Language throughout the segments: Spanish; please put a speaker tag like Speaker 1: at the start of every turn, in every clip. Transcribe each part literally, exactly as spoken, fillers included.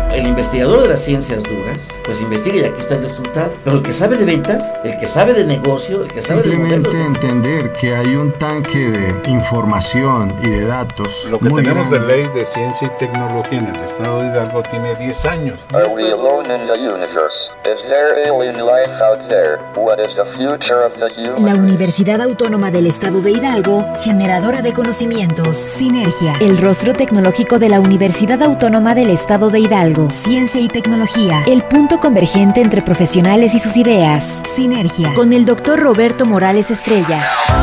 Speaker 1: El investigador de las ciencias duras, pues investiga y aquí está el resultado. Pero el que sabe de ventas, el que sabe de negocio, el que sabe de modelos...
Speaker 2: Simplemente entender que hay un tanque de información y de datos.
Speaker 3: Lo que
Speaker 2: muy
Speaker 3: tenemos
Speaker 2: grande.
Speaker 3: de ley de ciencia y tecnología en el estado de Hidalgo tiene diez años.
Speaker 4: Are we alone in the universe? Is there alien life out there? What is the future of the human
Speaker 5: La
Speaker 4: race?
Speaker 5: Universidad Autónoma del Estado de Hidalgo, generadora de conocimientos. Sinergia, el rostro tecnológico de la Universidad Autónoma del Estado de Hidalgo. Ciencia y tecnología, el punto convergente entre profesionales y sus ideas. Sinergia, con el doctor Roberto Morales Estrella.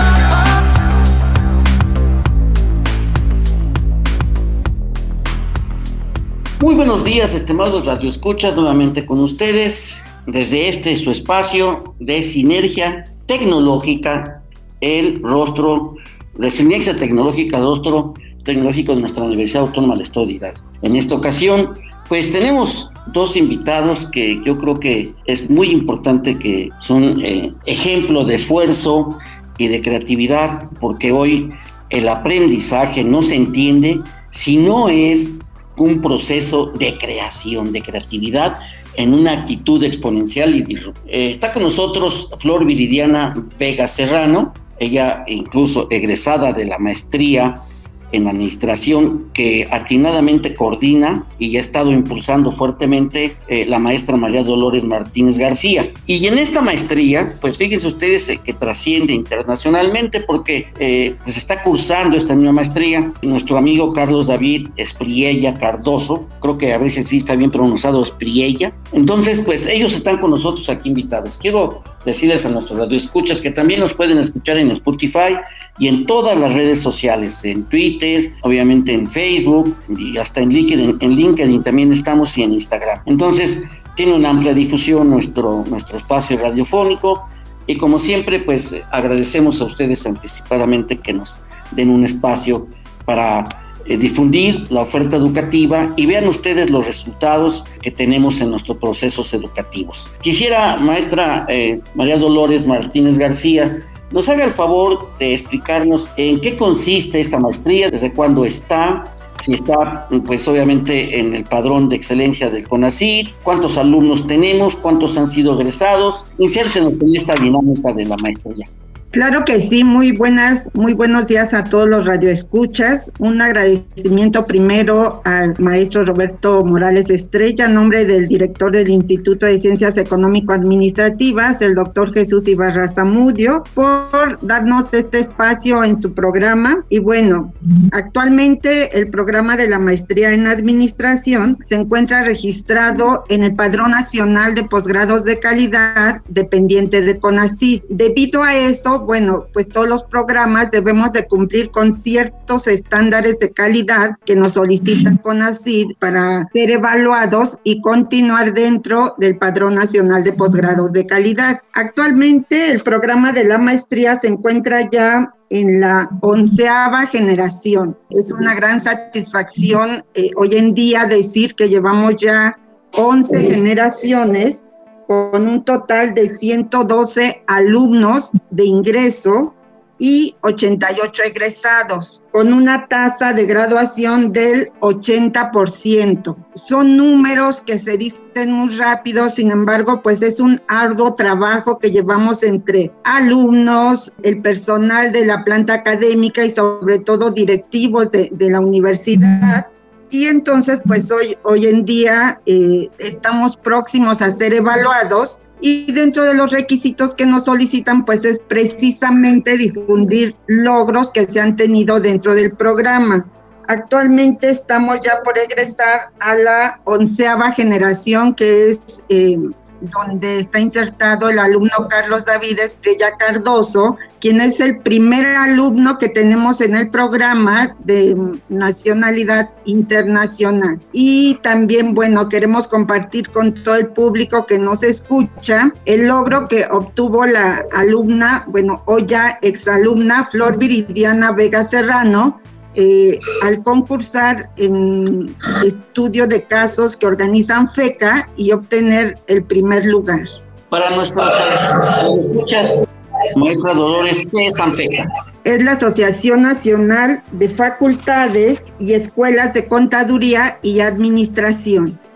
Speaker 1: Muy buenos días, estimados radioescuchas, nuevamente con ustedes, desde este su espacio de Sinergia Tecnológica, el rostro, de Sinergia Tecnológica, el rostro tecnológico de nuestra Universidad Autónoma del Estado de Hidalgo. En esta ocasión, pues tenemos dos invitados que yo creo que es muy importante, que son eh, ejemplo de esfuerzo y de creatividad, porque hoy el aprendizaje no se entiende si no es un proceso de creación, de creatividad en una actitud exponencial y disruptiva. Eh, está con nosotros Flor Viridiana Vega Serrano, ella incluso egresada de la maestría en administración que atinadamente coordina y ha estado impulsando fuertemente eh, la maestra María Dolores Martínez García. Y en esta maestría, pues fíjense ustedes eh, que trasciende internacionalmente porque eh, pues está cursando esta misma maestría nuestro amigo Carlos David Espriella Cardoso, creo que a veces sí está bien pronunciado Espriella. Entonces, pues ellos están con nosotros aquí invitados. Quiero decirles a nuestros radioescuchas que también nos pueden escuchar en Spotify y en todas las redes sociales, en Twitter, obviamente en Facebook y hasta en LinkedIn, en LinkedIn también estamos y en Instagram. Entonces, tiene una amplia difusión nuestro, nuestro espacio radiofónico y como siempre, pues agradecemos a ustedes anticipadamente que nos den un espacio para eh, difundir la oferta educativa y vean ustedes los resultados que tenemos en nuestros procesos educativos. Quisiera, maestra eh, María Dolores Martínez García, nos haga el favor de explicarnos en qué consiste esta maestría, desde cuándo está, si está, pues obviamente en el padrón de excelencia del CONACYT, cuántos alumnos tenemos, cuántos han sido egresados. Insértenos en esta dinámica de la maestría.
Speaker 6: Claro que sí, muy buenas, muy buenos días a todos los radioescuchas. Un agradecimiento primero al maestro Roberto Morales Estrella, a nombre del director del Instituto de Ciencias Económico-Administrativas, el doctor Jesús Ibarra Zamudio, por darnos este espacio en su programa. Y bueno, actualmente el programa de la maestría en administración se encuentra registrado en el Padrón Nacional de Posgrados de Calidad, dependiente de CONACYT. Debido a eso, bueno, pues todos los programas debemos de cumplir con ciertos estándares de calidad que nos solicita CONACYT para ser evaluados y continuar dentro del Padrón Nacional de Posgrados de Calidad. Actualmente el programa de la maestría se encuentra ya en la onceava generación. Es una gran satisfacción eh, hoy en día decir que llevamos ya once generaciones con un total de ciento doce alumnos de ingreso y ochenta y ocho egresados, con una tasa de graduación del ochenta por ciento. Son números que se dicen muy rápido, sin embargo, pues es un arduo trabajo que llevamos entre alumnos, el personal de la planta académica y sobre todo directivos de, de la universidad. Y entonces, pues hoy, hoy en día eh, estamos próximos a ser evaluados y dentro de los requisitos que nos solicitan, pues es precisamente difundir logros que se han tenido dentro del programa. Actualmente estamos ya por egresar a la onceava generación, que es eh, donde está insertado el alumno Carlos David Espriella Cardoso, quien es el primer alumno que tenemos en el programa de nacionalidad internacional. Y también, bueno, queremos compartir con todo el público que nos escucha el logro que obtuvo la alumna, bueno, hoy ya exalumna Flor Viridiana Vega Serrano, Eh, al concursar en estudio de casos que organizan FECA y obtener el primer lugar.
Speaker 1: Para nuestras escuchas, maestra Dolores, ¿qué es ANFECA?
Speaker 6: Es la Asociación Nacional de Facultades y Escuelas de Contaduría y Administración.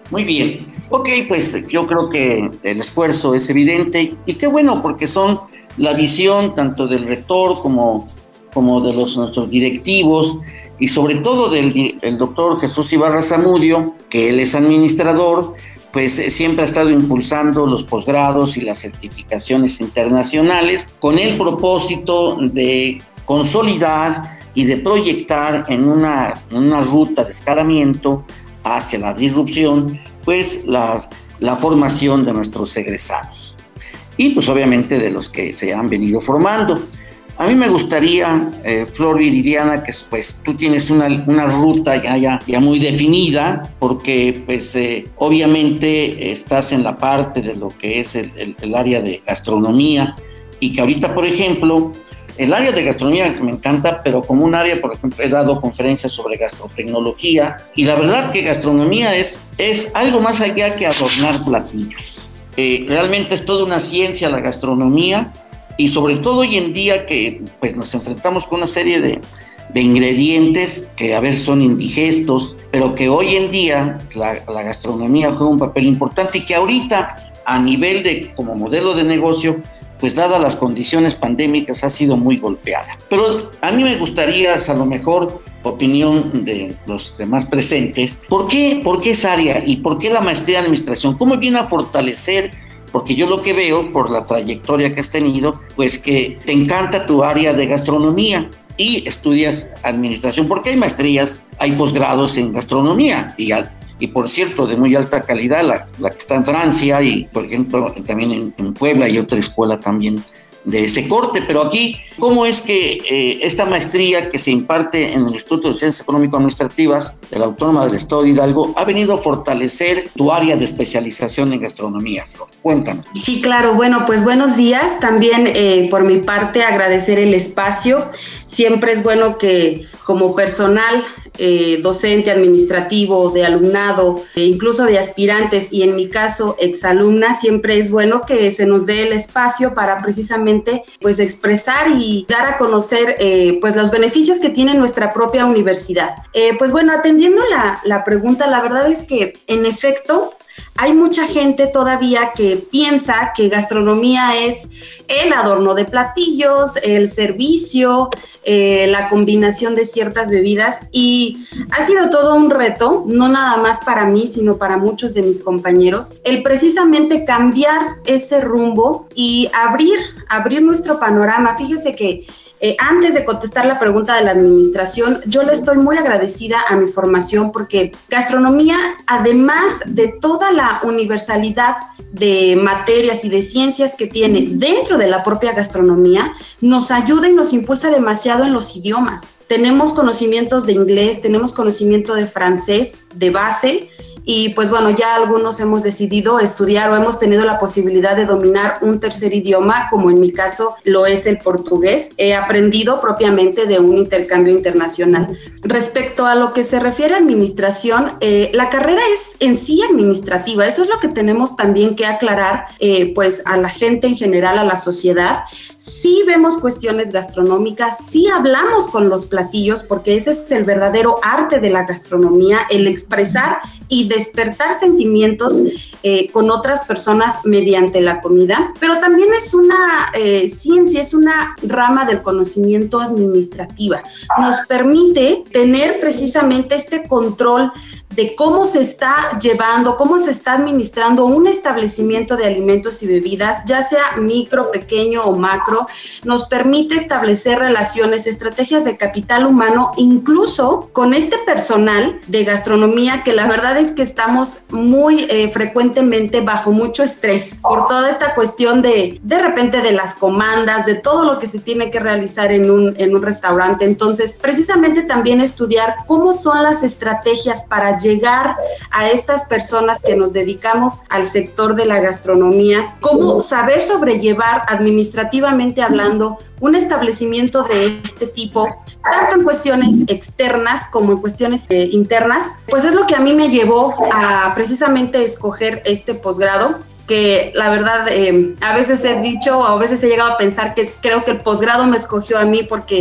Speaker 1: Muy bien. Ok, pues yo creo que el esfuerzo es evidente y qué bueno, porque son la visión tanto del rector como, como de los nuestros directivos y sobre todo del el doctor Jesús Ibarra Zamudio, que él es administrador, pues siempre ha estado impulsando los posgrados y las certificaciones internacionales con el propósito de consolidar y de proyectar en una, en una ruta de escalamiento hacia la disrupción, pues la, la formación de nuestros egresados y pues obviamente de los que se han venido formando. A mí me gustaría, eh, Flor Viridiana, que pues tú tienes una, una ruta ya, ya, ya muy definida, porque pues eh, obviamente estás en la parte de lo que es el, el, el área de gastronomía y que ahorita, por ejemplo, el área de gastronomía me encanta, pero como un área, por ejemplo, he dado conferencias sobre gastrotecnología y la verdad que gastronomía es, es algo más allá que adornar platillos. Eh, realmente es toda una ciencia la gastronomía y sobre todo hoy en día que pues, nos enfrentamos con una serie de, de ingredientes que a veces son indigestos, pero que hoy en día la, la gastronomía juega un papel importante y que ahorita a nivel de como modelo de negocio, pues dadas las condiciones pandémicas ha sido muy golpeada. Pero a mí me gustaría, a lo mejor, opinión de los demás presentes, ¿por qué, por qué esa área y por qué la maestría en administración? ¿Cómo viene a fortalecer? Porque yo lo que veo, por la trayectoria que has tenido, pues que te encanta tu área de gastronomía y estudias administración, porque hay maestrías, hay posgrados en gastronomía y Y por cierto, de muy alta calidad, la, la que está en Francia y, por ejemplo, también en, en Puebla hay otra escuela también de ese corte. Pero aquí, ¿cómo es que eh, esta maestría que se imparte en el Instituto de Ciencias Económico-Administrativas de la Autónoma del Estado de Hidalgo ha venido a fortalecer tu área de especialización en gastronomía, Flor? Cuéntanos.
Speaker 7: Sí, claro. Bueno, pues buenos días. También eh, por mi parte agradecer el espacio. Siempre es bueno que como personal eh, docente, administrativo, de alumnado, e incluso de aspirantes y en mi caso exalumnas, siempre es bueno que se nos dé el espacio para precisamente pues expresar y dar a conocer eh, pues los beneficios que tiene nuestra propia universidad. Eh, pues bueno, atendiendo la, la pregunta, la verdad es que en efecto hay mucha gente todavía que piensa que gastronomía es el adorno de platillos, el servicio, eh, la combinación de ciertas bebidas y ha sido todo un reto, no nada más para mí, sino para muchos de mis compañeros, el precisamente cambiar ese rumbo y abrir, abrir nuestro panorama. Fíjese que Eh, antes de contestar la pregunta de la administración, yo le estoy muy agradecida a mi formación porque gastronomía, además de toda la universalidad de materias y de ciencias que tiene dentro de la propia gastronomía, nos ayuda y nos impulsa demasiado en los idiomas. Tenemos conocimientos de inglés, tenemos conocimiento de francés de base. Y pues bueno, ya algunos hemos decidido estudiar o hemos tenido la posibilidad de dominar un tercer idioma, como en mi caso lo es el portugués. He aprendido propiamente de un intercambio internacional. Respecto a lo que se refiere a administración, eh, la carrera es en sí administrativa. Eso es lo que tenemos también que aclarar eh, pues a la gente en general, a la sociedad. Sí vemos cuestiones gastronómicas, sí hablamos con los platillos, porque ese es el verdadero arte de la gastronomía, el expresar y despertar sentimientos eh, con otras personas mediante la comida, pero también es una eh, ciencia, es una rama del conocimiento administrativa. Nos permite tener precisamente este control de cómo se está llevando, cómo se está administrando un establecimiento de alimentos y bebidas, ya sea micro, pequeño o macro. Nos permite establecer relaciones, estrategias de capital humano, incluso con este personal de gastronomía, que la verdad es que estamos muy eh, frecuentemente bajo mucho estrés por toda esta cuestión de, de repente de las comandas, de todo lo que se tiene que realizar en un, en un restaurante. Entonces, precisamente también estudiar cómo son las estrategias para llegar a estas personas que nos dedicamos al sector de la gastronomía, cómo saber sobrellevar administrativamente hablando un establecimiento de este tipo, tanto en cuestiones externas como en cuestiones eh, internas. Pues es lo que a mí me llevó a precisamente escoger este posgrado, que la verdad eh, a veces he dicho o a veces he llegado a pensar que creo que el posgrado me escogió a mí porque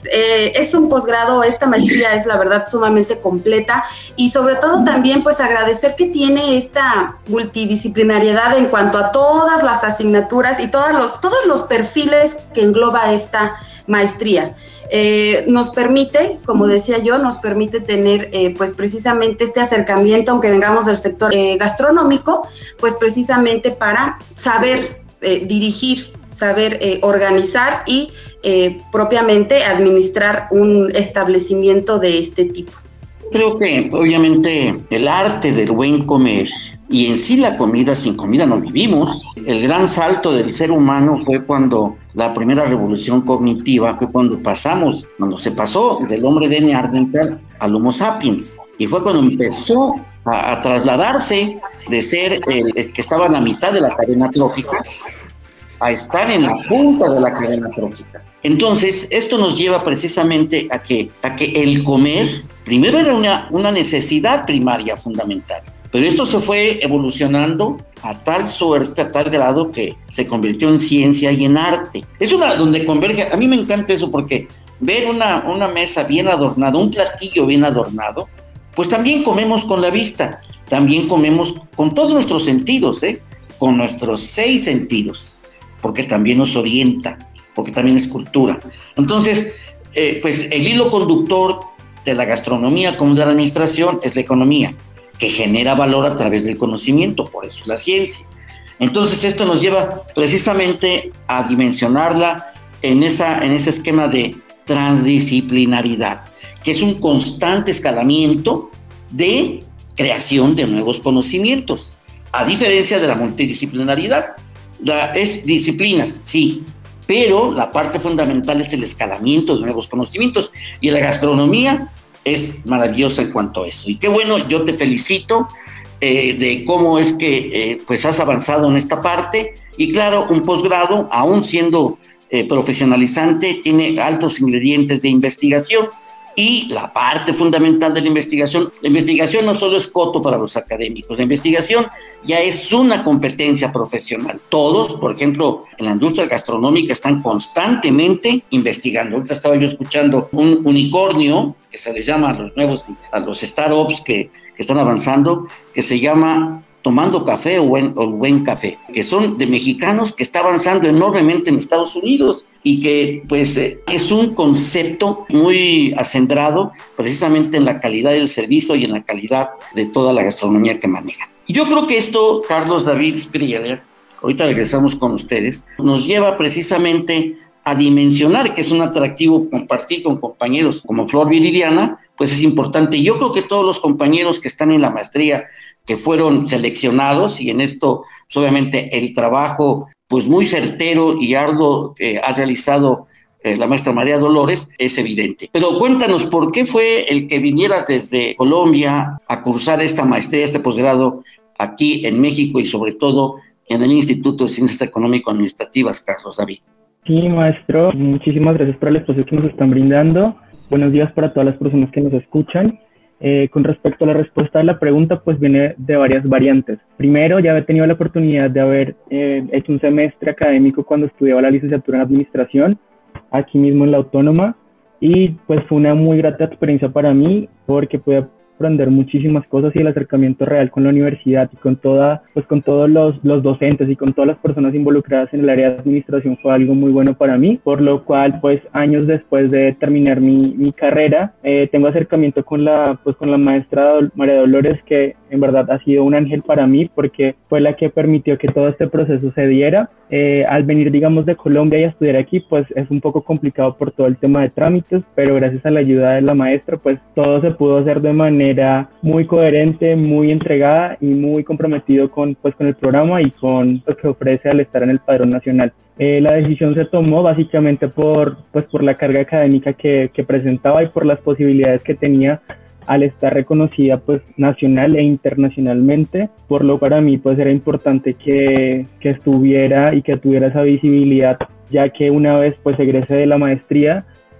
Speaker 7: eh, es un posgrado, esta maestría es la verdad sumamente completa y sobre todo también pues agradecer que tiene esta multidisciplinariedad en cuanto a todas las asignaturas y todos los, todos los perfiles que engloba esta maestría. Eh, nos permite, como decía yo, nos permite tener eh, pues precisamente este acercamiento, aunque vengamos del sector eh, gastronómico, pues precisamente para saber eh, dirigir, saber eh, organizar y eh, propiamente administrar un establecimiento de este tipo.
Speaker 1: Creo que obviamente el arte del buen comer y en sí la comida, sin comida no vivimos. El gran salto del ser humano fue cuando la primera revolución cognitiva, fue cuando pasamos, cuando se pasó del hombre de Neandertal al Homo sapiens. Y fue cuando empezó a, a trasladarse de ser el, el que estaba en la mitad de la cadena trófica a estar en la punta de la cadena trófica. Entonces, esto nos lleva precisamente a que, a que el comer, primero era una, una necesidad primaria fundamental, pero esto se fue evolucionando a tal suerte, a tal grado que se convirtió en ciencia y en arte. Es una donde converge, a mí me encanta eso porque ver una, una mesa bien adornada, un platillo bien adornado, pues también comemos con la vista, también comemos con todos nuestros sentidos, ¿eh? Con nuestros seis sentidos, porque también nos orienta, porque también es cultura. Entonces, eh, pues el hilo conductor de la gastronomía como de la administración es la economía, que genera valor a través del conocimiento, por eso es la ciencia. Entonces esto nos lleva precisamente a dimensionarla en, esa, en ese esquema de transdisciplinaridad, que es un constante escalamiento de creación de nuevos conocimientos, a diferencia de la multidisciplinaridad. La, es disciplinas, sí, pero la parte fundamental es el escalamiento de nuevos conocimientos, y la gastronomía es maravillosa en cuanto a eso. Y qué bueno, yo te felicito eh, de cómo es que eh, pues has avanzado en esta parte. Y claro, un posgrado, aún siendo eh, profesionalizante, tiene altos ingredientes de investigación. Y la parte fundamental de la investigación, la investigación no solo es coto para los académicos, la investigación ya es una competencia profesional. Todos, por ejemplo, en la industria gastronómica están constantemente investigando. Ahorita estaba yo escuchando un unicornio, que se les llama a los nuevos, a los startups que, que están avanzando, que se llama Tomando Café o Buen, o Buen Café, que son de mexicanos que está avanzando enormemente en Estados Unidos y que pues eh, es un concepto muy acendrado precisamente en la calidad del servicio y en la calidad de toda la gastronomía que manejan. Yo creo que esto, Carlos, David, Spieler, ahorita regresamos con ustedes, nos lleva precisamente a dimensionar que es un atractivo compartir con compañeros como Flor Viridiana, pues es importante. Yo creo que todos los compañeros que están en la maestría, que fueron seleccionados, y en esto pues obviamente el trabajo pues muy certero y arduo que ha realizado eh, la maestra María Dolores es evidente. Pero cuéntanos, ¿por qué fue el que vinieras desde Colombia a cursar esta maestría, este posgrado aquí en México y sobre todo en el Instituto de Ciencias Económico-Administrativas, Carlos David?
Speaker 8: Sí, maestro, muchísimas gracias por el espacio que nos están brindando. Buenos días para todas las personas que nos escuchan. Eh, con respecto a la respuesta de la pregunta, pues viene de varias variantes. Primero, ya he tenido la oportunidad de haber eh, hecho un semestre académico cuando estudiaba la licenciatura en Administración, aquí mismo en la Autónoma, y pues fue una muy grata experiencia para mí porque pude aprender muchísimas cosas y el acercamiento real con la universidad y con toda, pues con todos los, los docentes y con todas las personas involucradas en el área de administración fue algo muy bueno para mí, por lo cual pues años después de terminar mi, mi carrera eh, tengo acercamiento con la, pues, con la maestra María Dolores, que en verdad ha sido un ángel para mí porque fue la que permitió que todo este proceso se diera. Eh, al venir digamos de Colombia y a estudiar aquí pues es un poco complicado por todo el tema de trámites, pero gracias a la ayuda de la maestra pues todo se pudo hacer de manera muy coherente, muy entregada y muy comprometido con, pues, con el programa y con lo que ofrece al estar en el Padrón Nacional. Eh, la decisión se tomó básicamente por, pues, por la carga académica que, que presentaba y por las posibilidades que tenía al estar reconocida pues nacional e internacionalmente, por lo que para mí pues era importante que, que estuviera y que tuviera esa visibilidad, ya que una vez pues egrese de la maestría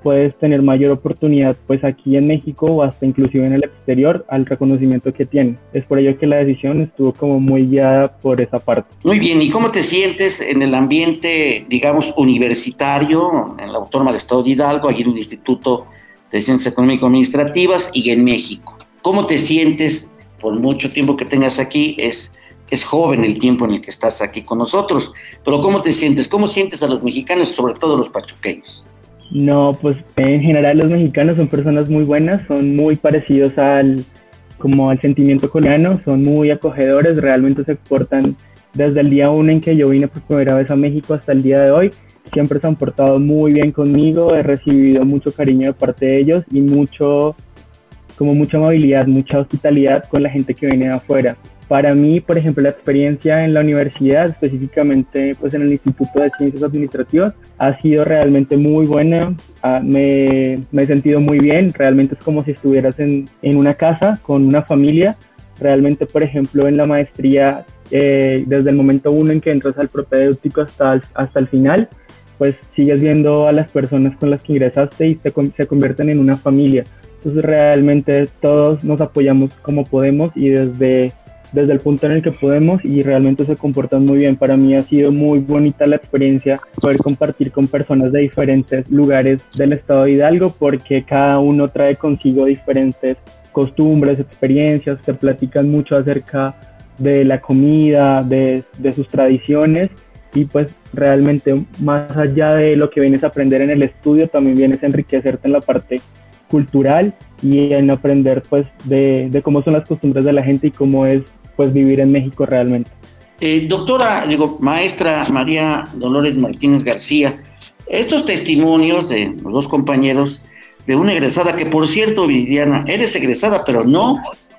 Speaker 8: puedes tener mayor oportunidad pues aquí en México o hasta inclusive en el exterior al reconocimiento que tienen. Es por ello que la decisión estuvo como muy guiada por esa parte.
Speaker 1: Muy bien, ¿y cómo te sientes en el ambiente, digamos, universitario, en la Autónoma del Estado de Hidalgo, allí en el Instituto de Ciencias Económico-Administrativas y en México? ¿Cómo te sientes por mucho tiempo que tengas aquí? Es, es joven el tiempo en el que estás aquí con nosotros, pero ¿cómo te sientes? ¿Cómo sientes a los mexicanos, sobre todo a los pachuqueños?
Speaker 8: No, pues en general los mexicanos son personas muy buenas, son muy parecidos al, como al sentimiento coreano, son muy acogedores, realmente se exportan desde el día uno en que yo vine por primera vez a México hasta el día de hoy. Siempre se han portado muy bien conmigo, he recibido mucho cariño de parte de ellos y mucho, como mucha amabilidad, mucha hospitalidad con la gente que viene de afuera. Para mí, por ejemplo, la experiencia en la universidad, específicamente pues en el Instituto de Ciencias Administrativas, ha sido realmente muy buena. Ah, me, me he sentido muy bien, realmente es como si estuvieras en, en una casa con una familia. Realmente, por ejemplo, en la maestría, eh, desde el momento uno en que entras al propedéutico hasta el, hasta el final, pues sigues viendo a las personas con las que ingresaste y te, se convierten en una familia. Entonces realmente todos nos apoyamos como podemos y desde... desde el punto en el que podemos y realmente se comportan muy bien. Para mí ha sido muy bonita la experiencia poder compartir con personas de diferentes lugares del estado de Hidalgo porque cada uno trae consigo diferentes costumbres, experiencias, se platican mucho acerca de la comida, de, de sus tradiciones y pues realmente más allá de lo que vienes a aprender en el estudio también vienes a enriquecerte en la parte cultural y en aprender pues de, de cómo son las costumbres de la gente y cómo es pues vivir en México realmente.
Speaker 1: Eh, doctora, digo, maestra María Dolores Martínez García, estos testimonios de los dos compañeros de una egresada que, por cierto, Viridiana, eres egresada, pero no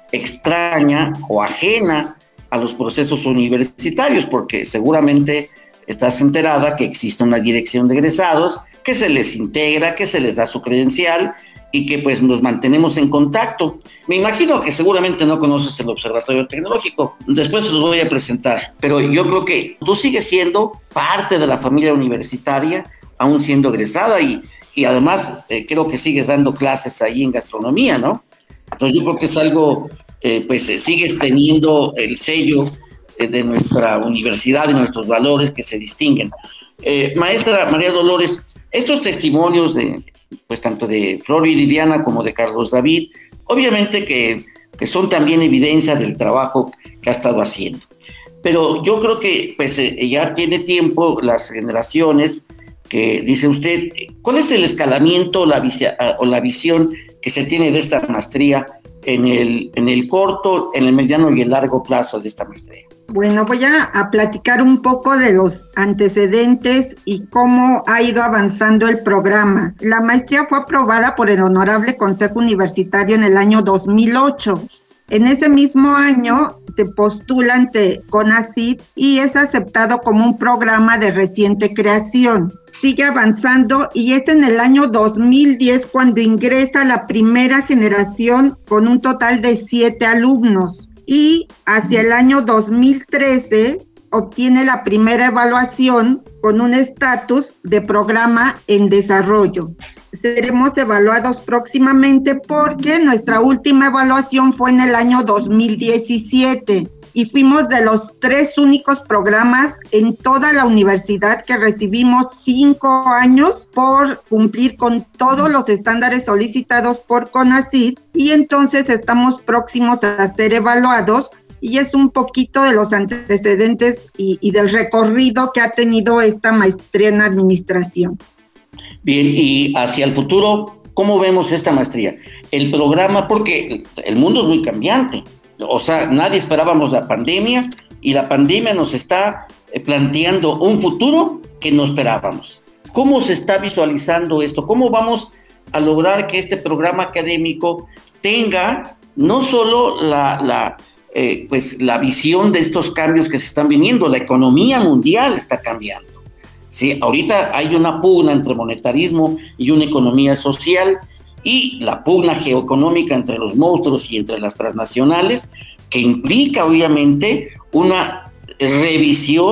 Speaker 1: extraña o ajena a los procesos universitarios, porque seguramente estás enterada que existe una dirección de egresados, que se les integra, que se les da su credencial y que pues nos mantenemos en contacto. Me imagino que seguramente no conoces el Observatorio Tecnológico, después se los voy a presentar, pero yo creo que tú sigues siendo parte de la familia universitaria, aún siendo egresada y, y además eh, creo que sigues dando clases ahí en gastronomía, ¿no? Entonces yo creo que es algo, eh, pues eh, sigues teniendo el sello eh, de nuestra universidad y nuestros valores que se distinguen. Eh, maestra María Dolores, estos testimonios de pues tanto de Flor Viridiana como de Carlos David, obviamente que, que son también evidencia del trabajo que ha estado haciendo. Pero yo creo que pues eh, ya tiene tiempo las generaciones que dice usted, ¿cuál es el escalamiento la visia, o la visión que se tiene de esta maestría en el, en el corto, en el mediano y el largo plazo de esta maestría?
Speaker 6: Bueno, voy a, a platicar un poco de los antecedentes y cómo ha ido avanzando el programa. La maestría fue aprobada por el Honorable Consejo Universitario en el año dos mil ocho. En ese mismo año se postula ante CONACYT y es aceptado como un programa de reciente creación. Sigue avanzando y es en el año dos mil diez cuando ingresa la primera generación con un total de siete alumnos. Y hacia el año dos mil trece obtiene la primera evaluación con un estatus de programa en desarrollo. Seremos evaluados próximamente porque nuestra última evaluación fue en el año dos mil diecisiete y fuimos de los tres únicos programas en toda la universidad que recibimos cinco años por cumplir con todos los estándares solicitados por CONACYT y entonces estamos próximos a ser evaluados y es un poquito de los antecedentes y, y del recorrido que ha tenido esta maestría en administración.
Speaker 1: Bien, y hacia el futuro, ¿cómo vemos esta maestría? El programa, porque el mundo es muy cambiante. O sea, nadie esperábamos la pandemia y la pandemia nos está planteando un futuro que no esperábamos. ¿Cómo se está visualizando esto? ¿Cómo vamos a lograr que este programa académico tenga no solo la, la, eh, pues, la visión de estos cambios que se están viniendo? La economía mundial está cambiando. ¿Sí? Ahorita hay una pugna entre monetarismo y una economía social, y la pugna geoeconómica entre los monstruos y entre las transnacionales, que implica obviamente una revisión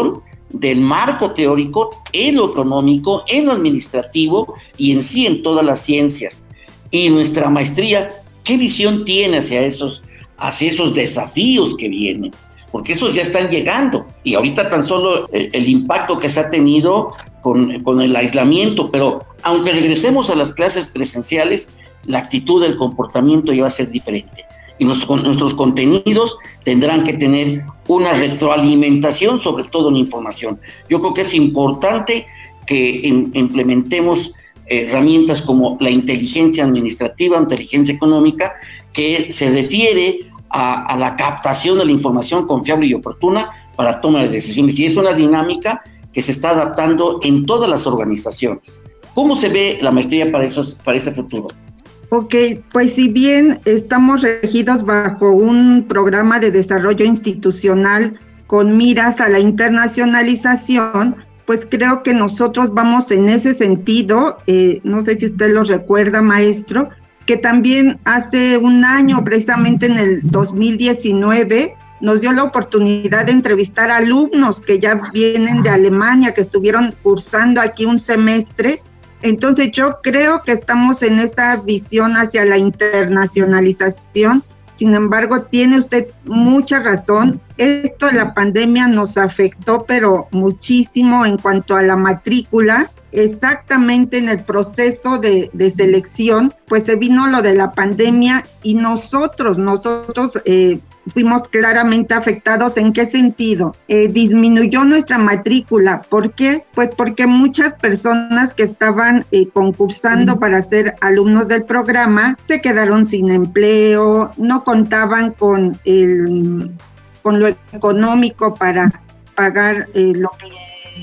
Speaker 1: del marco teórico en lo económico, en lo administrativo y en sí en todas las ciencias. Y nuestra maestría, ¿qué visión tiene hacia esos, hacia esos desafíos que vienen? Porque esos ya están llegando, y ahorita tan solo el, el impacto que se ha tenido con, con el aislamiento, pero aunque regresemos a las clases presenciales, la actitud, el comportamiento ya va a ser diferente. Y nos, nuestros contenidos tendrán que tener una retroalimentación, sobre todo en información. Yo creo que es importante que in, implementemos herramientas como la inteligencia administrativa, inteligencia económica, que se refiere a, a la captación de la información confiable y oportuna para toma de decisiones. Y es una dinámica que se está adaptando en todas las organizaciones. ¿Cómo se ve la maestría para, esos, para ese futuro?
Speaker 6: Ok, pues si bien estamos regidos bajo un programa de desarrollo institucional con miras a la internacionalización, pues creo que nosotros vamos en ese sentido. Eh, no sé si usted lo recuerda, maestro, que también hace un año, precisamente en el dos mil diecinueve, nos dio la oportunidad de entrevistar a alumnos que ya vienen de Alemania, que estuvieron cursando aquí un semestre. Entonces yo creo que estamos en esa visión hacia la internacionalización. Sin embargo, tiene usted mucha razón. Esto de la pandemia nos afectó, pero muchísimo en cuanto a la matrícula. Exactamente en el proceso de, de selección, pues se vino lo de la pandemia y nosotros, nosotros eh, fuimos claramente afectados. ¿En qué sentido? Eh, disminuyó nuestra matrícula. ¿Por qué? Pues porque muchas personas que estaban eh, concursando para ser alumnos del programa se quedaron sin empleo, no contaban con, el, con lo económico para pagar eh, lo que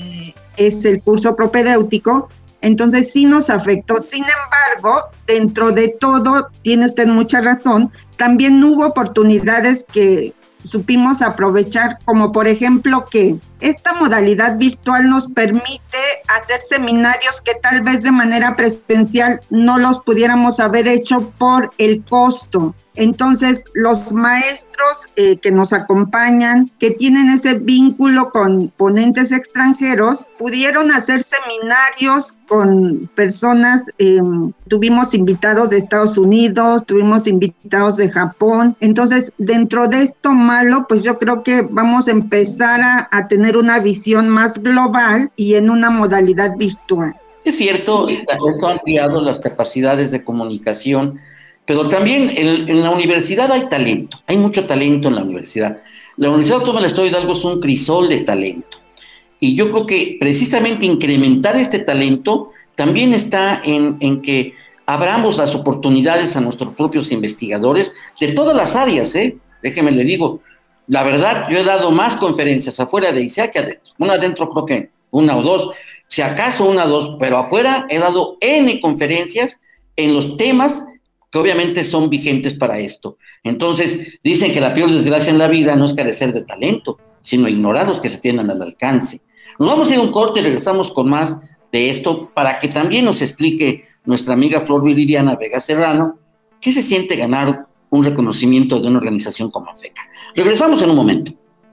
Speaker 6: es el curso propedéutico. Entonces sí nos afectó. Sin embargo, dentro de todo, tiene usted mucha razón, también hubo oportunidades que supimos aprovechar, como por ejemplo que esta modalidad virtual nos permite hacer seminarios que tal vez de manera presencial no los pudiéramos haber hecho por el costo. Entonces, los maestros eh, que nos acompañan, que tienen ese vínculo con ponentes extranjeros, pudieron hacer seminarios con personas, eh, tuvimos invitados de Estados Unidos, tuvimos invitados de Japón. Entonces, dentro de esto malo, pues yo creo que vamos a empezar a, a tener una visión más global y en una modalidad virtual.
Speaker 1: Es cierto, esto ha ampliado las capacidades de comunicación, pero también en, en la universidad hay talento, hay mucho talento en la universidad. La Universidad Autónoma del Estado de Hidalgo es un crisol de talento, y yo creo que precisamente incrementar este talento también está en, en que abramos las oportunidades a nuestros propios investigadores de todas las áreas, ¿eh? Déjeme le digo, la verdad, yo he dado más conferencias afuera de I C E A que adentro. Una adentro creo que una o dos, si acaso una o dos, pero afuera he dado N conferencias en los temas que obviamente son vigentes para esto. Entonces, dicen que la peor desgracia en la vida no es carecer de talento, sino ignorar los que se tienen al alcance. Nos vamos a ir a un corte y regresamos con más de esto para que también nos explique nuestra amiga Flor Viridiana Vega Serrano qué se siente ganar un reconocimiento de una organización como ANFECA. Regresamos en un momento.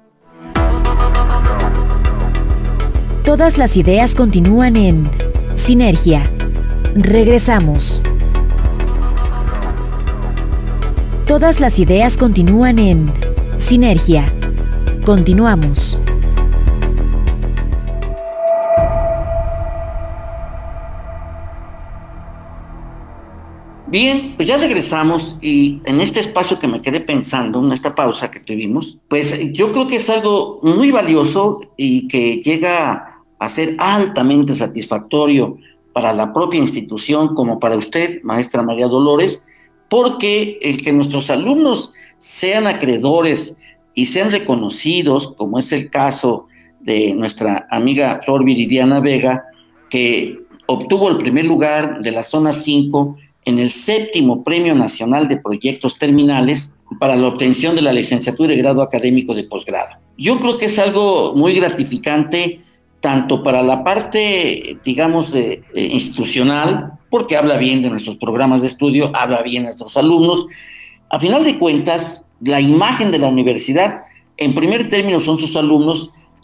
Speaker 5: Todas las ideas continúan en Sinergia. Regresamos. Todas las ideas continúan en Sinergia. Continuamos.
Speaker 1: Bien, pues ya regresamos, y en este espacio que me quedé pensando, en esta pausa que tuvimos, pues yo creo que es algo muy valioso y que llega a ser altamente satisfactorio para la propia institución como para usted, maestra María Dolores, porque el que nuestros alumnos sean acreedores y sean reconocidos, como es el caso de nuestra amiga Flor Viridiana Vega, que obtuvo el primer lugar de la zona cinco en el séptimo Premio Nacional de Proyectos Terminales para la obtención de la licenciatura y grado académico de posgrado. Yo creo que es algo muy gratificante, tanto para la parte, digamos, eh, eh, institucional, porque habla bien de nuestros programas de estudio, habla bien de nuestros alumnos. A final de cuentas, la imagen de la universidad, en primer término, son sus alumnos,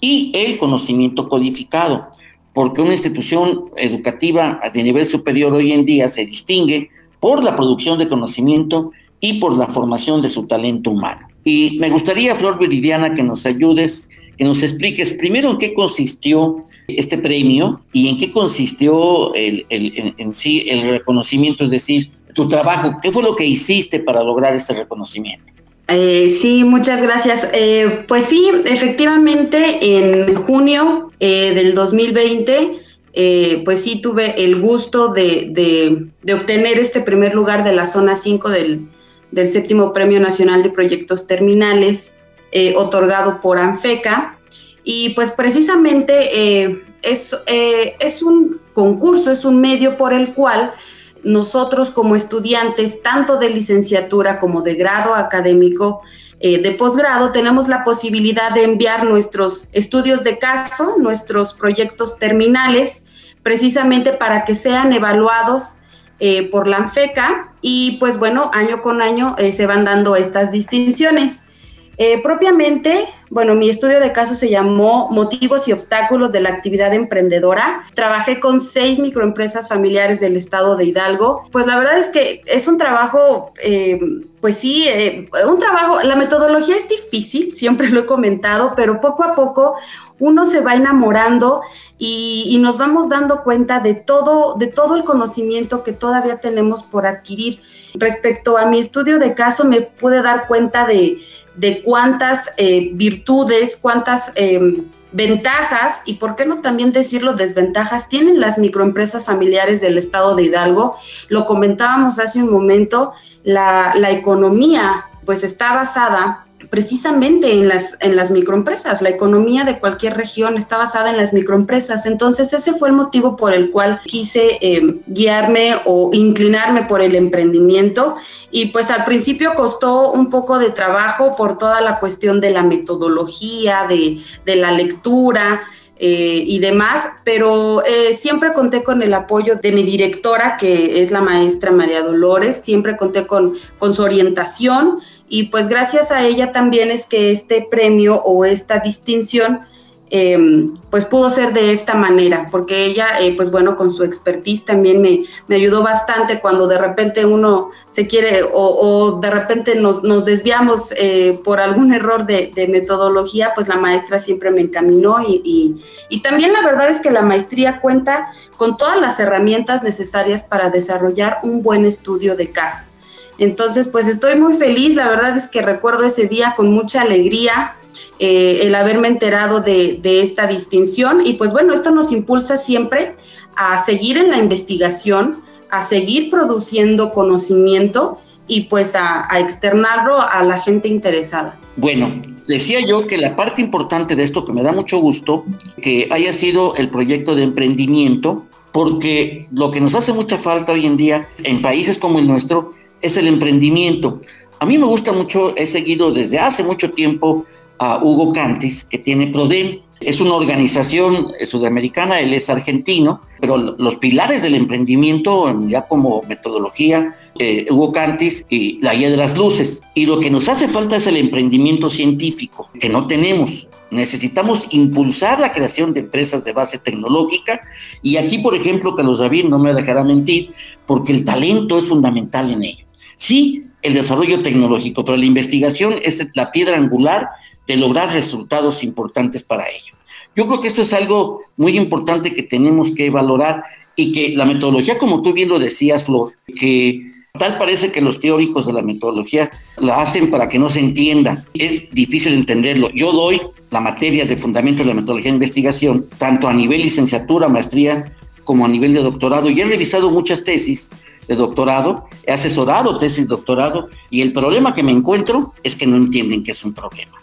Speaker 1: y el conocimiento codificado, porque una institución educativa de nivel superior hoy en día se distingue por la producción de conocimiento y por la formación de su talento humano. Y me gustaría, Flor Viridiana, que nos ayudes, que nos expliques primero en qué consistió este premio y en qué consistió el, el, en, en sí el reconocimiento, es decir, tu trabajo. ¿Qué fue lo que hiciste para lograr este reconocimiento?
Speaker 7: Eh, sí, muchas gracias. Eh, pues sí, efectivamente, en junio eh, del dos mil veinte, eh, pues sí tuve el gusto de, de, de obtener este primer lugar de la zona cinco del, del séptimo Premio Nacional de Proyectos Terminales, eh, otorgado por ANFECA. Y pues precisamente eh, es, eh, es un concurso, es un medio por el cual nosotros como estudiantes, tanto de licenciatura como de grado académico, eh, de posgrado, tenemos la posibilidad de enviar nuestros estudios de caso, nuestros proyectos terminales, precisamente para que sean evaluados eh, por la ANFECA y pues bueno, año con año eh, se van dando estas distinciones. Eh, propiamente, bueno, mi estudio de caso se llamó Motivos y obstáculos de la actividad emprendedora. Trabajé con seis microempresas familiares del estado de Hidalgo. Pues la verdad es que es un trabajo, eh, pues sí, eh, un trabajo, la metodología es difícil, siempre lo he comentado, pero poco a poco uno se va enamorando y, y nos vamos dando cuenta de todo, de todo el conocimiento que todavía tenemos por adquirir. Respecto a mi estudio de caso, me pude dar cuenta de de cuántas eh, virtudes, cuántas eh, ventajas y por qué no también decirlo desventajas tienen las microempresas familiares del estado de Hidalgo. Lo comentábamos hace un momento, la, la economía pues está basada precisamente en las, en las microempresas. La economía de cualquier región está basada en las microempresas. Entonces ese fue el motivo por el cual quise eh, guiarme o inclinarme por el emprendimiento. Y pues al principio costó un poco de trabajo por toda la cuestión de la metodología, de, de la lectura eh, y demás, pero eh, siempre conté con el apoyo de mi directora, que es la maestra María Dolores. Siempre conté con, con su orientación. Y pues gracias a ella también es que este premio o esta distinción eh, pues pudo ser de esta manera, porque ella eh, pues bueno, con su expertise también me, me ayudó bastante cuando de repente uno se quiere o, o de repente nos, nos desviamos eh, por algún error de, de metodología, pues la maestra siempre me encaminó y, y, y también la verdad es que la maestría cuenta con todas las herramientas necesarias para desarrollar un buen estudio de caso. Entonces, pues estoy muy feliz, la verdad es que recuerdo ese día con mucha alegría eh, el haberme enterado de, de esta distinción y pues bueno, esto nos impulsa siempre a seguir en la investigación, a seguir produciendo conocimiento y pues a, a externarlo a la gente interesada.
Speaker 1: Bueno, decía yo que la parte importante de esto, que me da mucho gusto, que haya sido el proyecto de emprendimiento, porque lo que nos hace mucha falta hoy en día en países como el nuestro es el emprendimiento. A mí me gusta mucho, he seguido desde hace mucho tiempo a Hugo Cantis, que tiene Prodem. Es una organización sudamericana, él es argentino, pero los pilares del emprendimiento, ya como metodología, eh, Hugo Cantis y la guía de las luces. Y lo que nos hace falta es el emprendimiento científico, que no tenemos. Necesitamos impulsar la creación de empresas de base tecnológica. Y aquí, por ejemplo, Carlos David no me dejará mentir, porque el talento es fundamental en ello. Sí, el desarrollo tecnológico, pero la investigación es la piedra angular de lograr resultados importantes para ello. Yo creo que esto es algo muy importante que tenemos que valorar y que la metodología, como tú bien lo decías, Flor, que tal parece que los teóricos de la metodología la hacen para que no se entienda. Es difícil entenderlo. Yo doy la materia de fundamentos de la metodología de investigación, tanto a nivel licenciatura, maestría, como a nivel de doctorado, y he revisado muchas tesis de doctorado, he asesorado tesis de doctorado, y el problema que me encuentro es que no entienden que es un problema.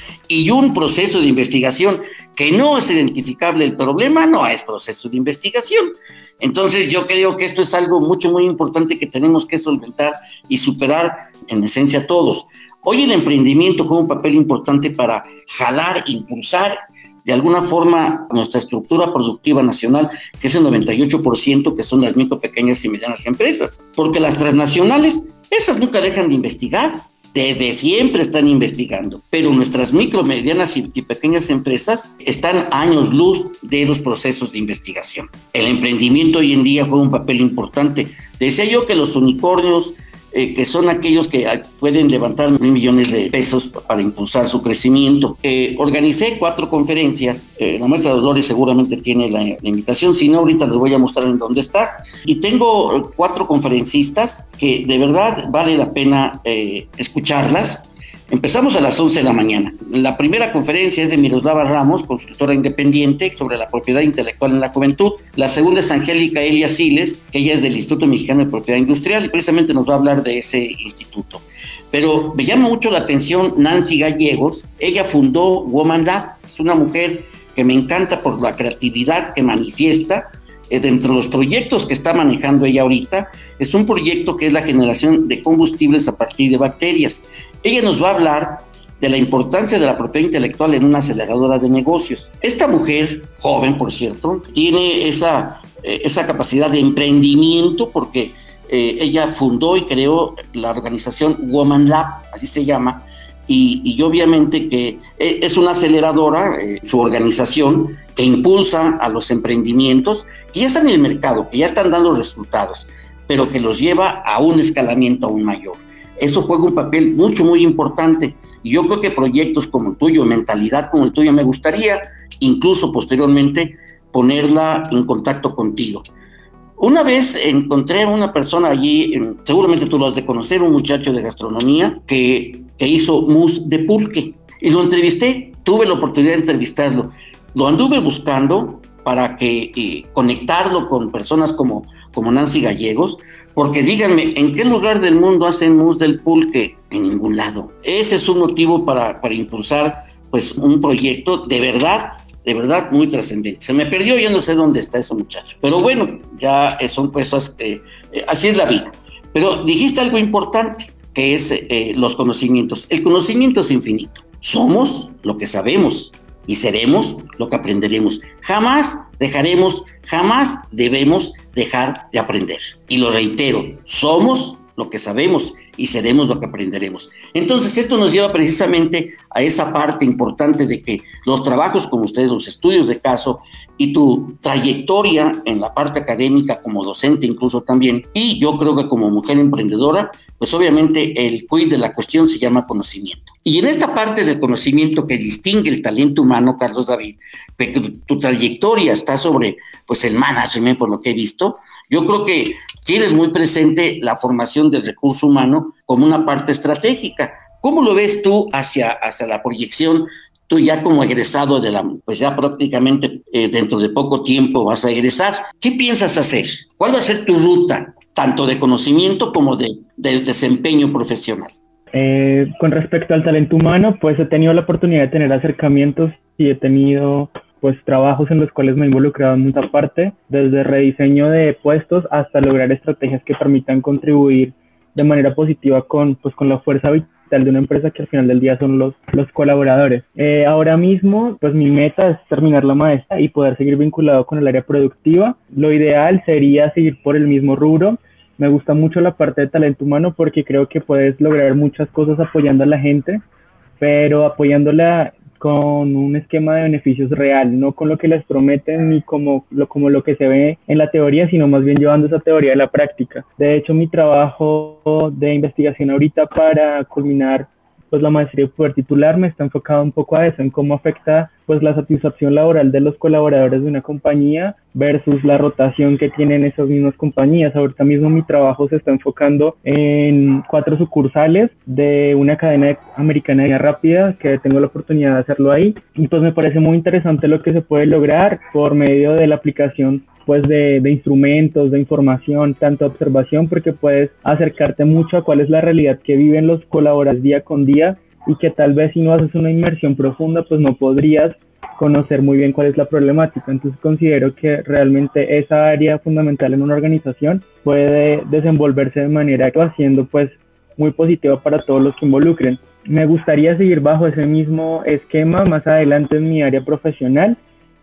Speaker 1: Y un proceso de investigación que no es identificable el problema, no es proceso de investigación. Entonces yo creo que esto es algo mucho, muy importante que tenemos que solventar y superar en esencia todos. Hoy el emprendimiento juega un papel importante para jalar, impulsar de alguna forma nuestra estructura productiva nacional, que es el noventa y ocho por ciento, que son las micro, pequeñas y medianas empresas. Porque las transnacionales, esas nunca dejan de investigar. desde siempre están investigando, pero nuestras micro, medianas y, y pequeñas empresas están años luz de los procesos de investigación. El emprendimiento hoy en día juega un papel importante. Decía yo que los unicornios, eh, que son aquellos que pueden levantar mil millones de pesos para impulsar su crecimiento. Eh, organicé cuatro conferencias, eh, la maestra Dolores seguramente tiene la, la invitación, si no ahorita les voy a mostrar en dónde está, y tengo cuatro conferencistas que de verdad vale la pena eh, escucharlas. Empezamos a las once de la mañana. La primera conferencia es de Miroslava Ramos, consultora independiente sobre la propiedad intelectual en la juventud. La segunda es Angélica Elia Siles, que ella es del Instituto Mexicano de Propiedad Industrial y precisamente nos va a hablar de ese instituto. Pero me llama mucho la atención Nancy Gallegos. Ella fundó Woman Lab. Es una mujer que me encanta por la creatividad que manifiesta. Eh, dentro de los proyectos que está manejando ella ahorita, es un proyecto que es la generación de combustibles a partir de bacterias. Ella nos va a hablar de la importancia de la propiedad intelectual en una aceleradora de negocios. Esta mujer, joven por cierto, tiene esa, eh, esa capacidad de emprendimiento porque eh, ella fundó y creó la organización Woman Lab, así se llama, y, y obviamente que es una aceleradora, eh, su organización, que impulsa a los emprendimientos que ya están en el mercado, que ya están dando resultados, pero que los lleva a un escalamiento aún mayor. Eso juega un papel mucho, muy importante. Y yo creo que proyectos como el tuyo, mentalidad como el tuyo, me gustaría incluso posteriormente ponerla en contacto contigo. Una vez encontré a una persona allí, seguramente tú lo has de conocer, un muchacho de gastronomía que, que hizo mousse de pulque. Y lo entrevisté, tuve la oportunidad de entrevistarlo. Lo anduve buscando para que eh, conectarlo con personas como, como Nancy Gallegos, porque díganme, ¿en qué lugar del mundo hacen mousse del pulque? En ningún lado. Ese es un motivo para, para impulsar pues, un proyecto de verdad, de verdad muy trascendente. Se me perdió, ya no sé dónde está ese muchacho. Pero bueno, ya son cosas que, eh, así es la vida. Pero dijiste algo importante, que es eh, los conocimientos. El conocimiento es infinito. Somos lo que sabemos y seremos lo que aprenderemos. Jamás dejaremos, jamás debemos dejar de aprender. Y lo reitero, somos lo que sabemos y seremos lo que aprenderemos. Entonces esto nos lleva precisamente a esa parte importante de que los trabajos como ustedes, los estudios de caso y tu trayectoria en la parte académica como docente incluso también, y yo creo que como mujer emprendedora, pues obviamente el quid de la cuestión se llama conocimiento. Y en esta parte del conocimiento que distingue el talento humano, Carlos David, que tu, tu trayectoria está sobre pues el management, por lo que he visto, yo creo que tienes muy presente la formación del recurso humano como una parte estratégica. ¿Cómo lo ves tú hacia, hacia la proyección? Tú ya como egresado de la, pues ya prácticamente eh, dentro de poco tiempo vas a egresar. ¿Qué piensas hacer? ¿Cuál va a ser tu ruta, tanto de conocimiento como de, de desempeño profesional?
Speaker 8: Eh, con respecto al talento humano, pues he tenido la oportunidad de tener acercamientos y he tenido pues trabajos en los cuales me he involucrado en mucha parte, desde rediseño de puestos hasta lograr estrategias que permitan contribuir de manera positiva con, pues, con la fuerza vital de una empresa que al final del día son los, los colaboradores. Eh, ahora mismo, pues mi meta es terminar la maestría y poder seguir vinculado con el área productiva. Lo ideal sería seguir por el mismo rubro. Me gusta mucho la parte de talento humano porque creo que puedes lograr muchas cosas apoyando a la gente, pero apoyándola con un esquema de beneficios real, no con lo que les prometen ni como lo, como lo que se ve en la teoría, sino más bien llevando esa teoría a la práctica. De hecho, mi trabajo de investigación ahorita para culminar pues la maestría y poder titularme está enfocado un poco a eso, en cómo afecta pues la satisfacción laboral de los colaboradores de una compañía versus la rotación que tienen esas mismas compañías. Ahorita mismo mi trabajo se está enfocando en cuatro sucursales de una cadena americana de rápida que tengo la oportunidad de hacerlo ahí, y pues me parece muy interesante lo que se puede lograr por medio de la aplicación pues de, de instrumentos, de información, tanto observación, porque puedes acercarte mucho a cuál es la realidad que viven los colaboradores día con día, y que tal vez si no haces una inmersión profunda, pues no podrías conocer muy bien cuál es la problemática. Entonces considero que realmente esa área fundamental en una organización puede desenvolverse de manera que va siendo pues muy positiva para todos los que involucren. Me gustaría seguir bajo ese mismo esquema más adelante en mi área profesional,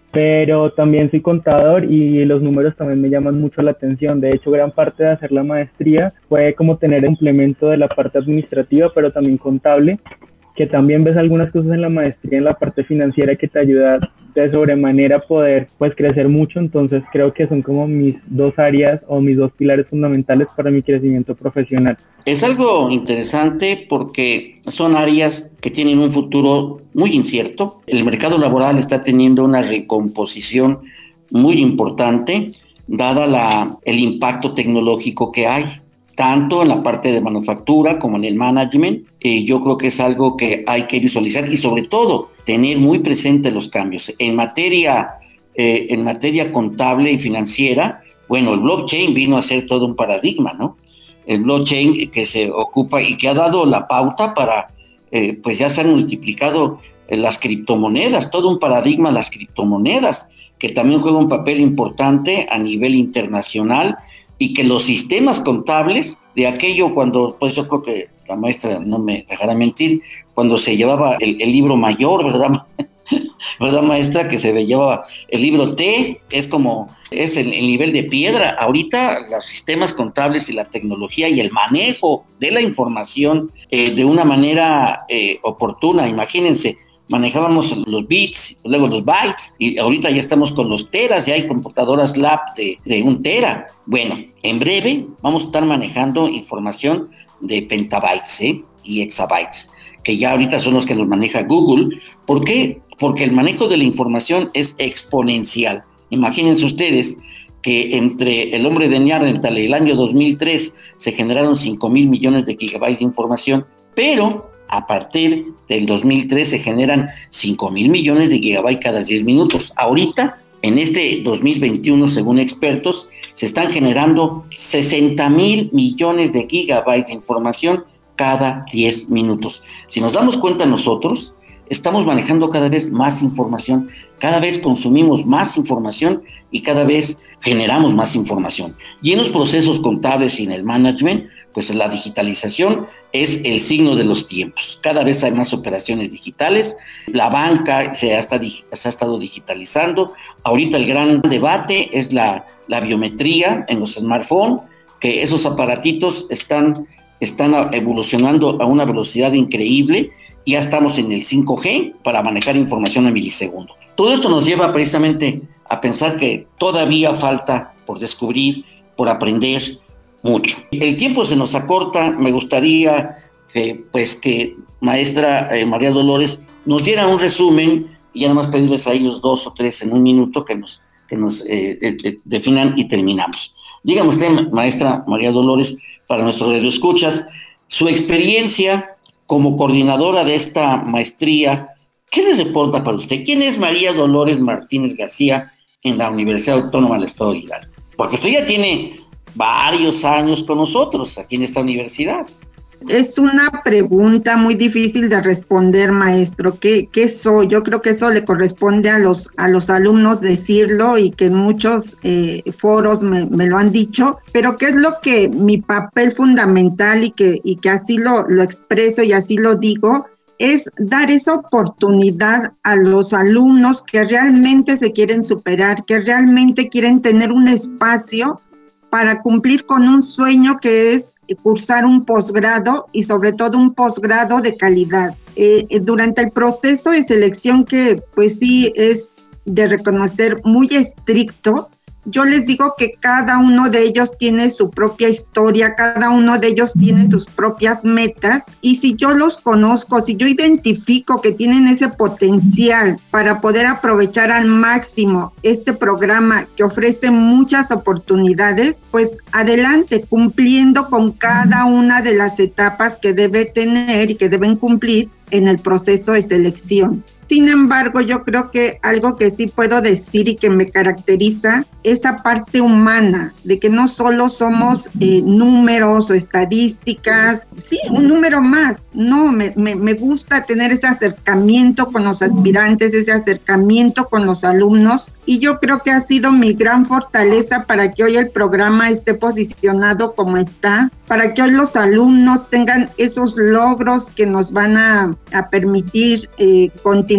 Speaker 8: pero también soy contador y los números también me llaman mucho la atención. De hecho, gran parte de hacer la maestría fue como tener el complemento de la parte administrativa, pero también contable, que también ves algunas cosas en la maestría, en la parte financiera, que te ayuda de sobremanera a poder pues crecer mucho. Entonces creo que son como mis dos áreas o mis dos pilares fundamentales para mi crecimiento profesional.
Speaker 1: Es algo interesante porque son áreas que tienen un futuro muy incierto. El mercado laboral está teniendo una recomposición muy importante, dada la, el impacto tecnológico que hay, tanto en la parte de manufactura como en el management. Eh, yo creo que es algo que hay que visualizar y sobre todo tener muy presente los cambios. En materia, eh, en materia contable y financiera, bueno, el blockchain vino a ser todo un paradigma, ¿no? El blockchain que se ocupa y que ha dado la pauta para, eh, pues ya se han multiplicado eh, las criptomonedas, todo un paradigma, las criptomonedas, que también juega un papel importante a nivel internacional, y que los sistemas contables de aquello cuando, pues yo creo que la maestra no me dejará mentir, cuando se llevaba el, el libro mayor, ¿verdad? ¿Verdad, maestra? Que se llevaba el libro T, es como, es el, el nivel de piedra. Ahorita los sistemas contables y la tecnología y el manejo de la información eh, de una manera eh, oportuna, imagínense, manejábamos los bits, luego los bytes, y ahorita ya estamos con los teras, ya hay computadoras lab de, de un tera. Bueno, en breve vamos a estar manejando información de petabytes ¿eh? y exabytes, que ya ahorita son los que los maneja Google. ¿Por qué? Porque el manejo de la información es exponencial. Imagínense ustedes que entre el hombre de Neandertal y el año dos mil tres se generaron cinco mil millones de gigabytes de información, pero a partir del dos mil tres se generan cinco mil millones de gigabytes cada diez minutos. Ahorita, en este dos mil veintiuno, según expertos, se están generando sesenta mil millones de gigabytes de información cada diez minutos. Si nos damos cuenta nosotros, estamos manejando cada vez más información, cada vez consumimos más información y cada vez generamos más información. Y en los procesos contables y en el management, pues la digitalización es el signo de los tiempos. Cada vez hay más operaciones digitales, la banca se ha, estado, se ha estado digitalizando. Ahorita el gran debate es la, la biometría en los smartphones, que esos aparatitos están, están evolucionando a una velocidad increíble. Ya estamos en el cinco G para manejar información a milisegundos. Todo esto nos lleva precisamente a pensar que todavía falta por descubrir, por aprender mucho. El tiempo se nos acorta. Me gustaría que, pues, que maestra eh, María Dolores nos diera un resumen y nada más pedirles a ellos dos o tres en un minuto que nos, que nos eh, eh, definan y terminamos. Dígame usted, maestra María Dolores, para nuestros radioescuchas, su experiencia como coordinadora de esta maestría, ¿qué les reporta para usted? ¿Quién es María Dolores Martínez García en la Universidad Autónoma del Estado de Hidalgo? Porque usted ya tiene varios años con nosotros aquí en esta universidad.
Speaker 6: Es una pregunta muy difícil de responder, maestro. ¿Qué, qué soy? Yo creo que eso le corresponde a los, a los alumnos decirlo y que en muchos eh, foros me, me lo han dicho, pero ¿qué es lo que mi papel fundamental y que, y que así lo, lo expreso y así lo digo? Es dar esa oportunidad a los alumnos que realmente se quieren superar, que realmente quieren tener un espacio para cumplir con un sueño que es cursar un posgrado y sobre todo un posgrado de calidad. Eh, durante el proceso de selección, que pues sí es de reconocer muy estricto, yo les digo que cada uno de ellos tiene su propia historia, cada uno de ellos tiene sus propias metas, y si yo los conozco, si yo identifico que tienen ese potencial para poder aprovechar al máximo este programa que ofrece muchas oportunidades, pues adelante, cumpliendo con cada una de las etapas que debe tener y que deben cumplir en el proceso de selección. Sin embargo, yo creo que algo que sí puedo decir y que me caracteriza, esa parte humana, de que no solo somos eh, números o estadísticas, sí, un número más. No, me, me, me gusta tener ese acercamiento con los aspirantes, ese acercamiento con los alumnos, y yo creo que ha sido mi gran fortaleza para que hoy el programa esté posicionado como está, para que hoy los alumnos tengan esos logros que nos van a, a permitir eh, continuar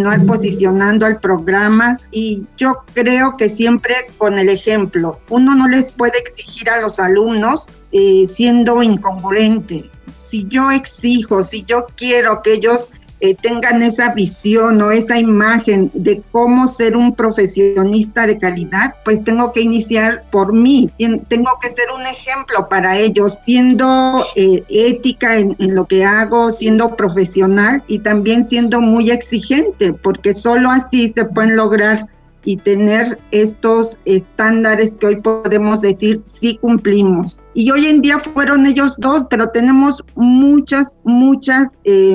Speaker 6: continuar posicionando al programa, y yo creo que siempre con el ejemplo. Uno no les puede exigir a los alumnos eh, siendo incongruente. Si yo exijo, si yo quiero que ellos eh, tengan esa visión o esa imagen de cómo ser un profesionista de calidad, pues tengo que iniciar por mí, tengo que ser un ejemplo para ellos, siendo eh, ética en, en lo que hago, siendo profesional y también siendo muy exigente, porque solo así se pueden lograr y tener estos estándares que hoy podemos decir sí cumplimos. Y hoy en día fueron ellos dos, pero tenemos muchas, muchas eh,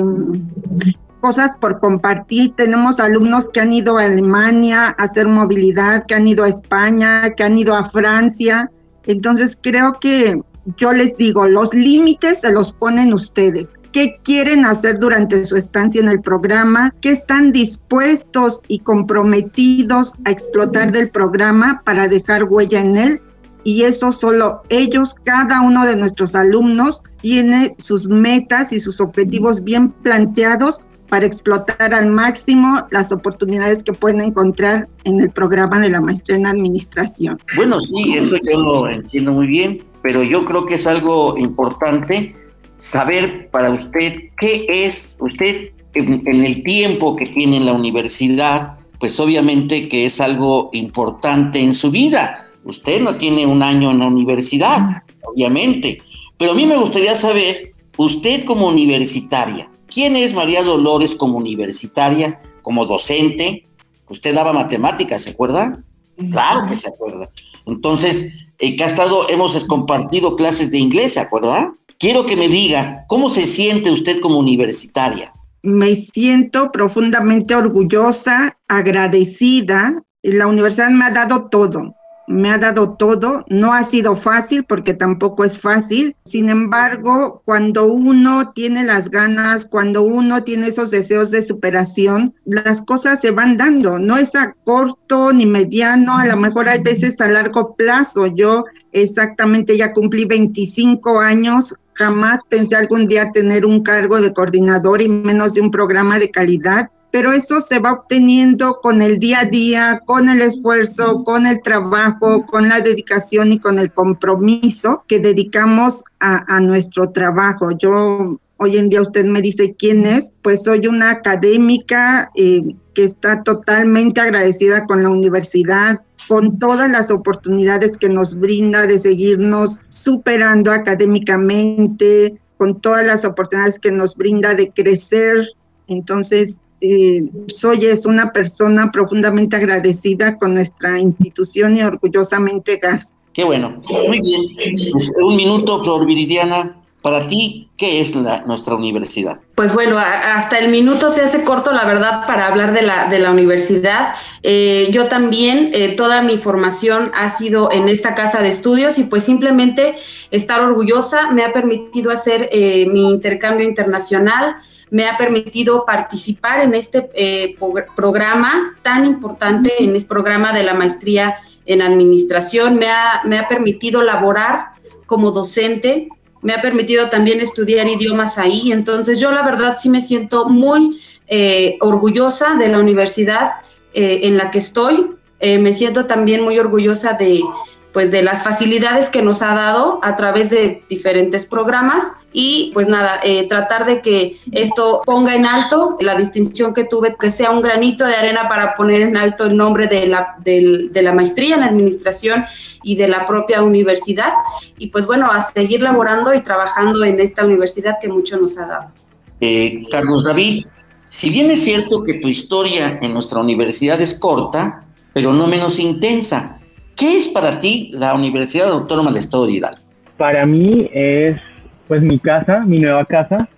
Speaker 6: cosas por compartir. Tenemos alumnos que han ido a Alemania a hacer movilidad, que han ido a España, que han ido a Francia. Entonces creo que yo les digo, los límites se los ponen ustedes. ¿Qué quieren hacer durante su estancia en el programa? ¿Qué están dispuestos y comprometidos a explotar del programa para dejar huella en él? Y eso solo ellos, cada uno de nuestros alumnos, tiene sus metas y sus objetivos bien planteados para explotar al máximo las oportunidades que pueden encontrar en el programa de la maestría en administración.
Speaker 1: Bueno, sí, eso yo lo entiendo muy bien, pero yo creo que es algo importante saber para usted qué es usted en, en el tiempo que tiene en la universidad, pues obviamente que es algo importante en su vida. Usted no tiene un año en la universidad, obviamente, pero a mí me gustaría saber, usted como universitaria, ¿quién es María Dolores como universitaria, como docente? Usted daba matemáticas, ¿se acuerda? Claro que se acuerda. Entonces, eh, que ha estado, hemos compartido clases de inglés, ¿se acuerda? Quiero que me diga, ¿cómo se siente usted como universitaria?
Speaker 6: Me siento profundamente orgullosa, agradecida. La universidad me ha dado todo, me ha dado todo. No ha sido fácil porque tampoco es fácil. Sin embargo, cuando uno tiene las ganas, cuando uno tiene esos deseos de superación, las cosas se van dando. No es a corto ni mediano, a lo mejor hay veces a largo plazo. Yo exactamente ya cumplí veinticinco años. Jamás pensé algún día tener un cargo de coordinador y menos de un programa de calidad, pero eso se va obteniendo con el día a día, con el esfuerzo, con el trabajo, con la dedicación y con el compromiso que dedicamos a, a nuestro trabajo. Yo, hoy en día usted me dice quién es, pues soy una académica eh, que está totalmente agradecida con la universidad, con todas las oportunidades que nos brinda de seguirnos superando académicamente, con todas las oportunidades que nos brinda de crecer. Entonces, eh, soy es una persona profundamente agradecida con nuestra institución y orgullosamente Garza.
Speaker 1: Qué bueno. Muy bien. Pues, un minuto, Flor Viridiana. Para ti, ¿qué es la, nuestra universidad?
Speaker 7: Pues bueno, a, hasta el minuto se hace corto, la verdad, para hablar de la, de la universidad. Eh, yo también, eh, toda mi formación ha sido en esta casa de estudios y pues simplemente estar orgullosa me ha permitido hacer eh, mi intercambio internacional, me ha permitido participar en este eh, programa tan importante, en este programa de la maestría en administración, me ha, me ha permitido laborar como docente, me ha permitido también estudiar idiomas ahí. Entonces yo la verdad sí me siento muy eh, orgullosa de la universidad eh, en la que estoy. Eh, me siento también muy orgullosa de, pues, de las facilidades que nos ha dado a través de diferentes programas y pues nada, eh, tratar de que esto ponga en alto la distinción que tuve, que sea un granito de arena para poner en alto el nombre de la, de, de la maestría en administración y de la propia universidad y pues bueno, a seguir laborando y trabajando en esta universidad que mucho nos ha dado.
Speaker 1: Eh, Carlos David, si bien es cierto que tu historia en nuestra universidad es corta, pero no menos intensa, ¿qué es para ti la Universidad Autónoma del Estado de Hidalgo?
Speaker 8: Para mí es pues mi casa, mi nueva casa,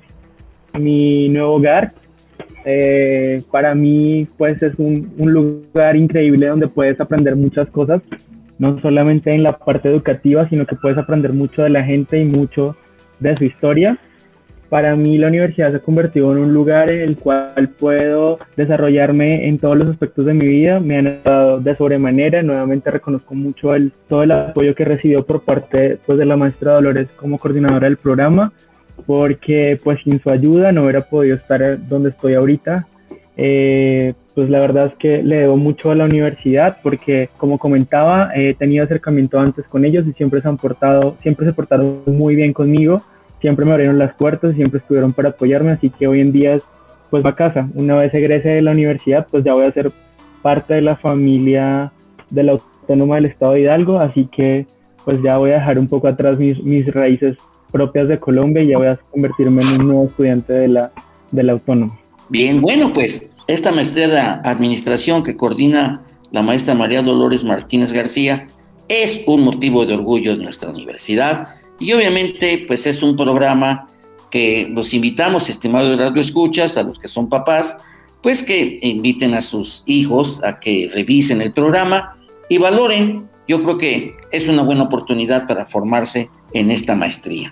Speaker 8: mi nuevo hogar. Eh, para mí pues es un, un lugar increíble donde puedes aprender muchas cosas, no solamente en la parte educativa, sino que puedes aprender mucho de la gente y mucho de su historia. Para mí la universidad se ha convertido en un lugar en el cual puedo desarrollarme en todos los aspectos de mi vida. Me han ayudado de sobremanera. Nuevamente reconozco mucho el, todo el apoyo que he recibido por parte pues, de la maestra Dolores como coordinadora del programa, porque pues sin su ayuda no hubiera podido estar donde estoy ahorita. Eh, pues la verdad es que le debo mucho a la universidad porque, como comentaba, he tenido acercamiento antes con ellos y siempre se han portado, siempre se portaron muy bien conmigo, siempre me abrieron las puertas y siempre estuvieron para apoyarme, así que hoy en día pues va a casa. Una vez egrese de la universidad, pues ya voy a ser parte de la familia de la Autónoma del Estado de Hidalgo, así que pues ya voy a dejar un poco atrás mis, mis raíces propias de Colombia y ya voy a convertirme en un nuevo estudiante de la, de la Autónoma.
Speaker 1: Bien, bueno, pues esta maestría de administración que coordina la maestra María Dolores Martínez García es un motivo de orgullo de nuestra universidad y obviamente pues es un programa que los invitamos, estimados radioescuchas, a los que son papás, pues que inviten a sus hijos a que revisen el programa y valoren. Yo creo que es una buena oportunidad para formarse en esta maestría.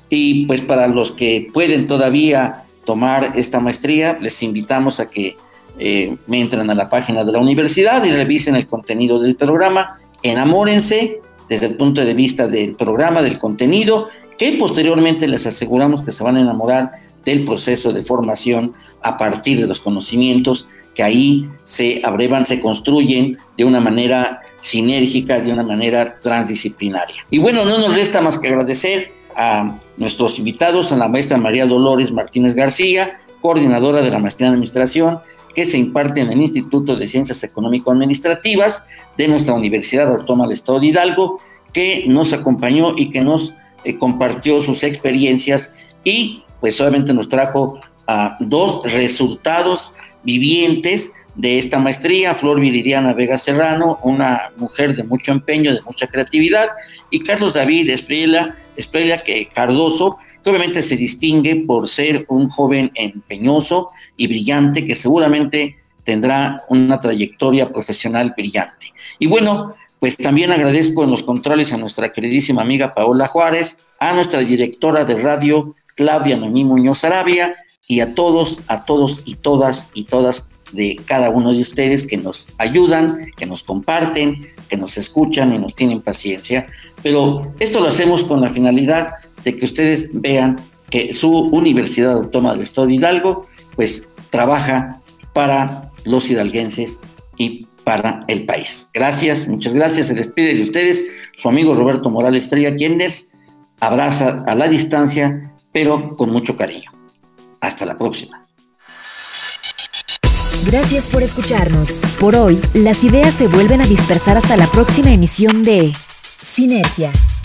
Speaker 1: Y pues para los que pueden todavía tomar esta maestría, les invitamos a que eh, entren a la página de la universidad y revisen el contenido del programa. Enamórense desde el punto de vista del programa, del contenido, que posteriormente les aseguramos que se van a enamorar del proceso de formación a partir de los conocimientos que ahí se abrevan, se construyen de una manera sinérgica, de una manera transdisciplinaria. Y bueno, no nos resta más que agradecer a nuestros invitados, a la maestra María Dolores Martínez García, coordinadora de la maestría en administración, que se imparte en el Instituto de Ciencias Económico-Administrativas de nuestra Universidad Autónoma del Estado de Hidalgo, que nos acompañó y que nos eh, compartió sus experiencias y pues obviamente nos trajo a uh, dos resultados vivientes de esta maestría: Flor Viridiana Vega Serrano, una mujer de mucho empeño, de mucha creatividad, y Carlos David Espriella, Espriella que Cardoso, que obviamente se distingue por ser un joven empeñoso y brillante, que seguramente tendrá una trayectoria profesional brillante. Y bueno, pues también agradezco en los controles a nuestra queridísima amiga Paola Juárez, a nuestra directora de radio, Claudia Noemí Muñoz Arabia, y a todos, a todos y todas y todas de cada uno de ustedes que nos ayudan, que nos comparten, que nos escuchan y nos tienen paciencia. Pero esto lo hacemos con la finalidad de que ustedes vean que su Universidad Autónoma del Estado de Hidalgo pues trabaja para los hidalguenses y para el país. Gracias, muchas gracias. Se despide de ustedes su amigo Roberto Morales Estrella, quien les abraza a la distancia, pero con mucho cariño. Hasta la próxima.
Speaker 5: Gracias por escucharnos. Por hoy, las ideas se vuelven a dispersar hasta la próxima emisión de Sinergia.